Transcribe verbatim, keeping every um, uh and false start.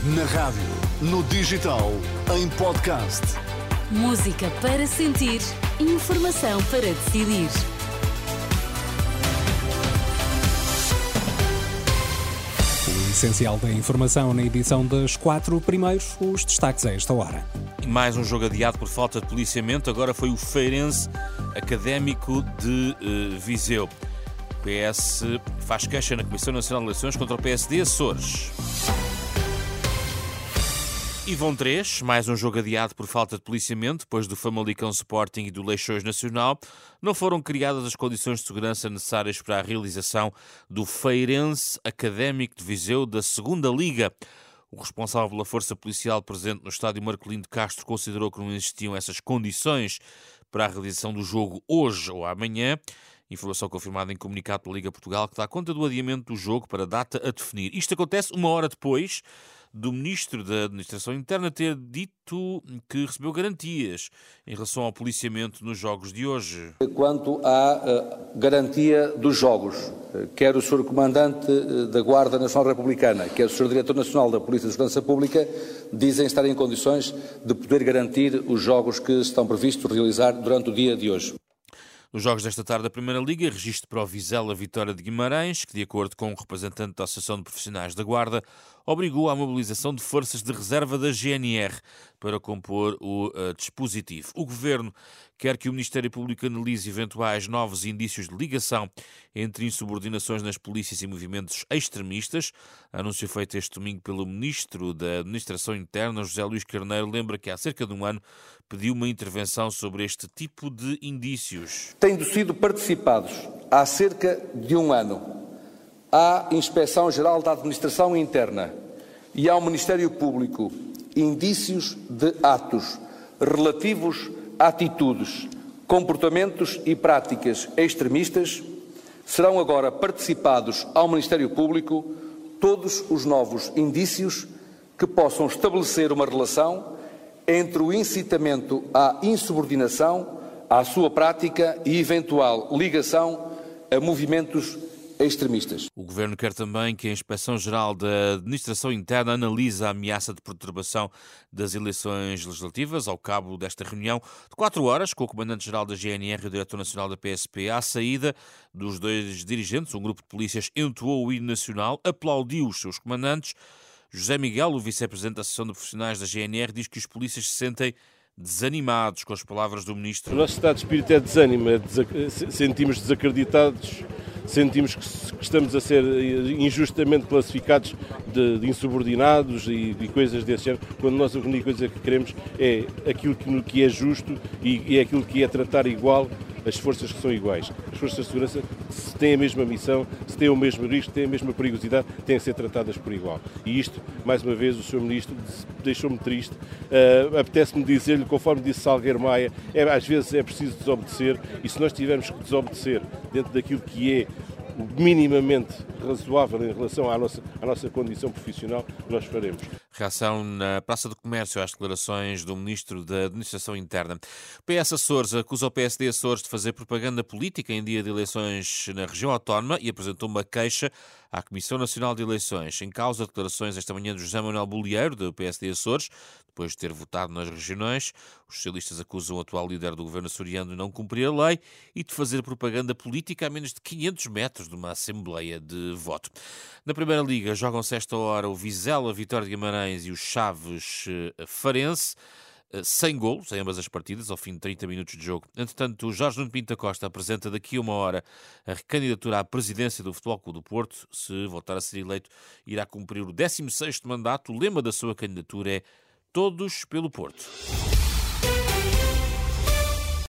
Na rádio, no digital, em podcast. Música para sentir, informação para decidir. O essencial da informação na edição das quatro. Primeiros, os destaques a esta hora. Mais um jogo adiado por falta de policiamento. Agora foi o Feirense Académico de uh, Viseu. O P S faz queixa na Comissão Nacional de Eleições contra o P S D Açores. E vão três, mais um jogo adiado por falta de policiamento, depois do Famalicão Sporting e do Leixões Nacional, não foram criadas as condições de segurança necessárias para a realização do Feirense Académico de Viseu da Segunda Liga. O responsável pela força policial presente no estádio Marcolino de Castro considerou que não existiam essas condições para a realização do jogo hoje ou amanhã. Informação confirmada em comunicado pela Liga Portugal, que dá conta do adiamento do jogo para data a definir. Isto acontece uma hora depois do Ministro da Administração Interna ter dito que recebeu garantias em relação ao policiamento nos jogos de hoje. Quanto à uh, garantia dos jogos, uh, quer o senhor Comandante uh, da Guarda Nacional Republicana, quer o senhor Diretor Nacional da Polícia de Segurança Pública, dizem estar em condições de poder garantir os jogos que estão previstos realizar durante o dia de hoje. Nos jogos desta tarde da Primeira Liga, registro para o Vizela Vitória de Guimarães, que, de acordo com o representante da Associação de Profissionais da Guarda, obrigou à mobilização de forças de reserva da G N R para compor o uh, dispositivo. O Governo quer que o Ministério Público analise eventuais novos indícios de ligação entre insubordinações nas polícias e movimentos extremistas. Anúncio feito este domingo pelo Ministro da Administração Interna, José Luís Carneiro, lembra que há cerca de um ano pediu uma intervenção sobre este tipo de indícios. Tendo sido participados há cerca de um ano à Inspeção-Geral da Administração Interna e ao Ministério Público indícios de atos relativos a atitudes, comportamentos e práticas extremistas, serão agora participados ao Ministério Público todos os novos indícios que possam estabelecer uma relação entre o incitamento à insubordinação, à sua prática e eventual ligação a movimentos extremistas. O Governo quer também que a Inspeção-Geral da Administração Interna analise a ameaça de perturbação das eleições legislativas ao cabo desta reunião de quatro horas com o Comandante-Geral da G N R e o Diretor Nacional da P S P. À saída dos dois dirigentes, um grupo de polícias entoou o hino nacional, aplaudiu os seus comandantes. José Miguel, o Vice-Presidente da Associação de Profissionais da G N R, diz que os polícias se sentem desanimados com as palavras do Ministro. O nosso estado de espírito é desânimo, é desac... sentimos desacreditados, sentimos que estamos a ser injustamente classificados de, de insubordinados e, e coisas desse género, quando nós a única coisa que queremos é aquilo que, que é justo e, e é aquilo que é tratar igual as forças que são iguais. As forças de segurança, se têm a mesma missão, se têm o mesmo risco, têm a mesma perigosidade, têm que ser tratadas por igual. E isto, mais uma vez, o senhor Ministro deixou-me triste. Uh, apetece-me dizer-lhe, conforme disse Salgueiro Maia, é, às vezes é preciso desobedecer, e se nós tivermos que desobedecer dentro daquilo que é minimamente razoável em relação à nossa, à nossa condição profissional, nós faremos. Reação na Praça do Comércio às declarações do Ministro da Administração Interna. O P S Açores acusa o P S D Açores de fazer propaganda política em dia de eleições na região autónoma e apresentou uma queixa à Comissão Nacional de Eleições. Em causa, declarações esta manhã de José Manuel Bolieiro, do P S D Açores, depois de ter votado nas regionais. Os socialistas acusam o atual líder do governo açoriano de não cumprir a lei e de fazer propaganda política a menos de quinhentos metros de uma assembleia de voto. Na Primeira Liga, jogam-se esta hora o Vizela Vitória de Guimarães e o Chaves Farense, sem golos em ambas as partidas, ao fim de trinta minutos de jogo. Entretanto, o Jorge Nuno Pinto da Costa apresenta daqui a uma hora a recandidatura à presidência do Futebol Clube do Porto. Se voltar a ser eleito, irá cumprir o décimo sexto mandato. O lema da sua candidatura é Todos pelo Porto.